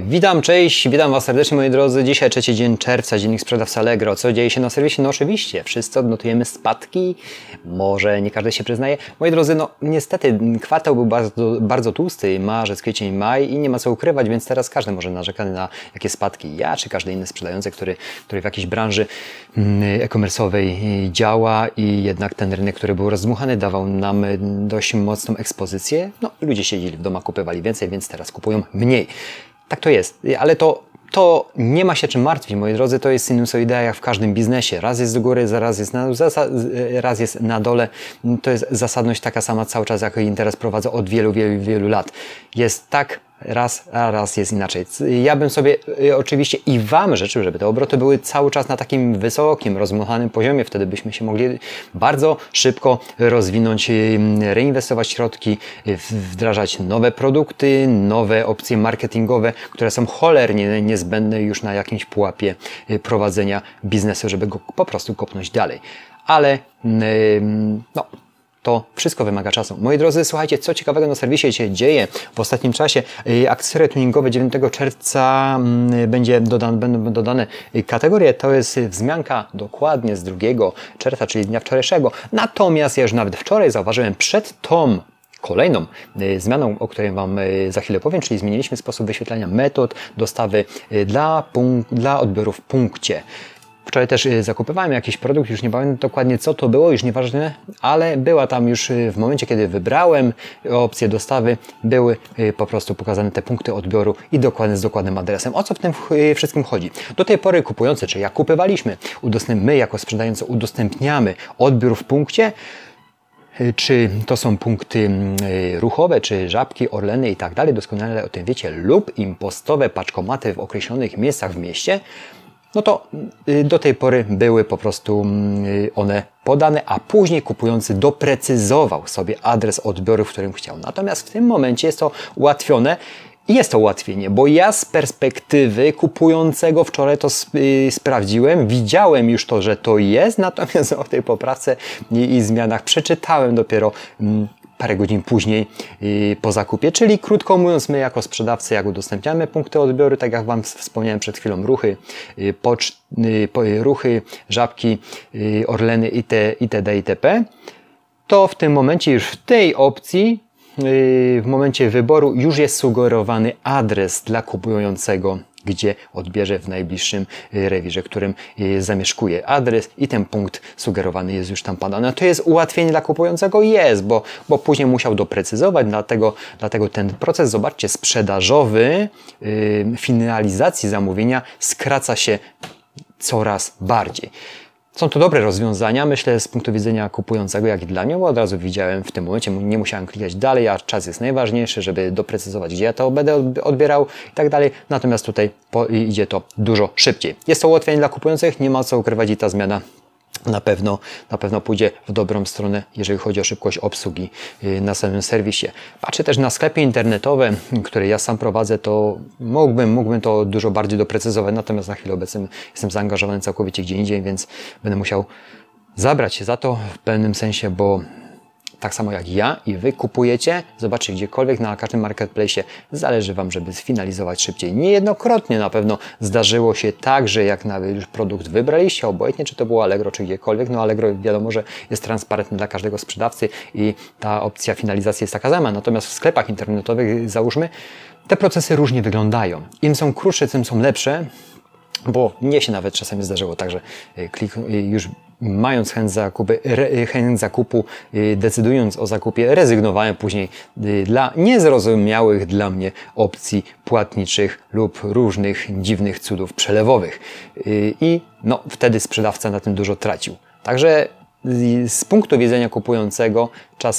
Witam, cześć, witam Was serdecznie moi drodzy. Dzisiaj trzeci dzień czerwca, dziennik sprzedawcy Allegro. Co dzieje się na serwisie? No oczywiście, wszyscy odnotujemy spadki, może nie każdy się przyznaje. Moi drodzy, no niestety kwartał był bardzo tłusty, marzec, kwiecień, maj i nie ma co ukrywać, więc teraz każdy może narzekać na jakieś spadki. Ja czy każdy inny sprzedający, który w jakiejś branży e-commerce'owej działa i jednak ten rynek, który był rozdmuchany, dawał nam dość mocną ekspozycję. No i ludzie siedzieli w domu, kupowali więcej, więc teraz kupują mniej. Tak to jest, ale to nie ma się czym martwić, moi drodzy, to jest sinusoidea jak w każdym biznesie. Raz jest z góry, raz jest na dole. To jest zasadność taka sama cały czas, jak interes prowadzę od wielu lat. Jest tak raz, a raz jest inaczej. Ja bym sobie oczywiście i Wam życzył, żeby te obroty były cały czas na takim wysokim, rozmuchanym poziomie. Wtedy byśmy się mogli bardzo szybko rozwinąć, reinwestować środki, wdrażać nowe produkty, nowe opcje marketingowe, które są cholernie niezbędne już na jakimś pułapie prowadzenia biznesu, żeby go po prostu kopnąć dalej. Ale no, to wszystko wymaga czasu. Moi drodzy, słuchajcie, co ciekawego na serwisie się dzieje w ostatnim czasie. Akcesoria tuningowe 9 czerwca będą dodane kategorie. To jest wzmianka dokładnie z 2 czerwca, czyli dnia wczorajszego. Natomiast ja już nawet wczoraj zauważyłem przed tą kolejną zmianą, o której Wam za chwilę powiem, czyli zmieniliśmy sposób wyświetlania metod dostawy dla odbioru w punkcie. Wczoraj też zakupywałem jakiś produkt, już nie pamiętam dokładnie co to było, już nieważne, ale była tam już w momencie, kiedy wybrałem opcję dostawy, były po prostu pokazane te punkty odbioru i z dokładnym adresem. O co w tym wszystkim chodzi? Do tej pory kupujący, czy jak kupywaliśmy, my jako sprzedający udostępniamy odbiór w punkcie, czy to są punkty ruchowe, czy żabki, orleny i tak dalej, doskonale o tym wiecie, lub impostowe paczkomaty w określonych miejscach w mieście, no to do tej pory były po prostu one podane, a później kupujący doprecyzował sobie adres odbioru, w którym chciał. Natomiast w tym momencie jest to ułatwione i jest to ułatwienie, bo ja z perspektywy kupującego wczoraj to sprawdziłem, widziałem już to, że to jest, natomiast o tej poprawce i zmianach przeczytałem dopiero parę godzin później po zakupie, czyli krótko mówiąc, my jako sprzedawcy, jak udostępniamy punkty odbioru, tak jak Wam wspomniałem przed chwilą, ruchy, żabki, orleny itd. itp., to w tym momencie już w tej opcji, w momencie wyboru już jest sugerowany adres dla kupującego, gdzie odbierze w najbliższym rewirze, którym zamieszkuje adres i ten punkt sugerowany jest już tam podany. To jest ułatwienie dla kupującego? Jest, bo później musiał doprecyzować, dlatego ten proces, zobaczcie, sprzedażowy, finalizacji zamówienia skraca się coraz bardziej. Są to dobre rozwiązania, myślę, z punktu widzenia kupującego, jak i dla mnie, bo od razu widziałem w tym momencie, nie musiałem klikać dalej, a czas jest najważniejszy, żeby doprecyzować, gdzie ja to będę odbierał i tak dalej. Natomiast tutaj idzie to dużo szybciej. Jest to ułatwienie dla kupujących, nie ma co ukrywać i ta zmiana na pewno pójdzie w dobrą stronę, jeżeli chodzi o szybkość obsługi na samym serwisie. Patrzę też na sklepy internetowe, które ja sam prowadzę, to mógłbym to dużo bardziej doprecyzować, natomiast na chwilę obecną jestem zaangażowany całkowicie gdzie indziej, więc będę musiał zabrać się za to w pewnym sensie, bo tak samo jak ja i Wy kupujecie, zobaczcie gdziekolwiek na każdym marketplace, zależy Wam, żeby sfinalizować szybciej. Niejednokrotnie na pewno zdarzyło się tak, że jak nawet już produkt wybraliście, obojętnie czy to było Allegro, czy gdziekolwiek, no Allegro wiadomo, że jest transparentny dla każdego sprzedawcy i ta opcja finalizacji jest taka sama. Natomiast w sklepach internetowych, załóżmy, te procesy różnie wyglądają. Im są krótsze, tym są lepsze, bo mnie się nawet czasami zdarzyło tak, że już mając chęć zakupu, decydując o zakupie, rezygnowałem później dla niezrozumiałych dla mnie opcji płatniczych lub różnych dziwnych cudów przelewowych. I no, wtedy sprzedawca na tym dużo tracił. Także z punktu widzenia kupującego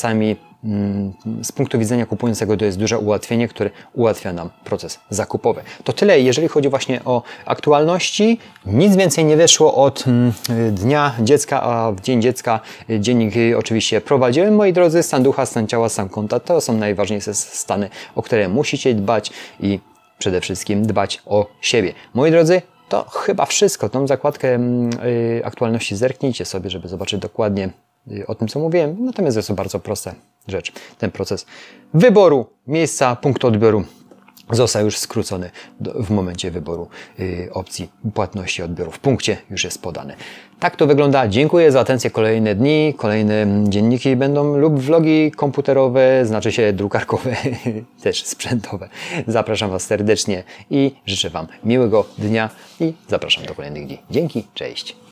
to jest duże ułatwienie, które ułatwia nam proces zakupowy. To tyle, jeżeli chodzi właśnie o aktualności. Nic więcej nie wyszło od Dnia Dziecka, a w Dzień Dziecka dziennik oczywiście prowadziłem. Moi drodzy, stan ducha, stan ciała, stan konta to są najważniejsze stany, o które musicie dbać i przede wszystkim dbać o siebie. Moi drodzy, to chyba wszystko. Tą zakładkę aktualności zerknijcie sobie, żeby zobaczyć dokładnie o tym, co mówiłem. Natomiast jest to bardzo prosta rzecz. Ten proces wyboru miejsca, punktu odbioru został już skrócony w momencie wyboru opcji płatności odbioru. W punkcie już jest podany. Tak to wygląda. Dziękuję za atencję. Kolejne dni, kolejne dzienniki będą lub vlogi komputerowe, znaczy się drukarkowe, też sprzętowe. Zapraszam Was serdecznie i życzę Wam miłego dnia i zapraszam do kolejnych dni. Dzięki, cześć.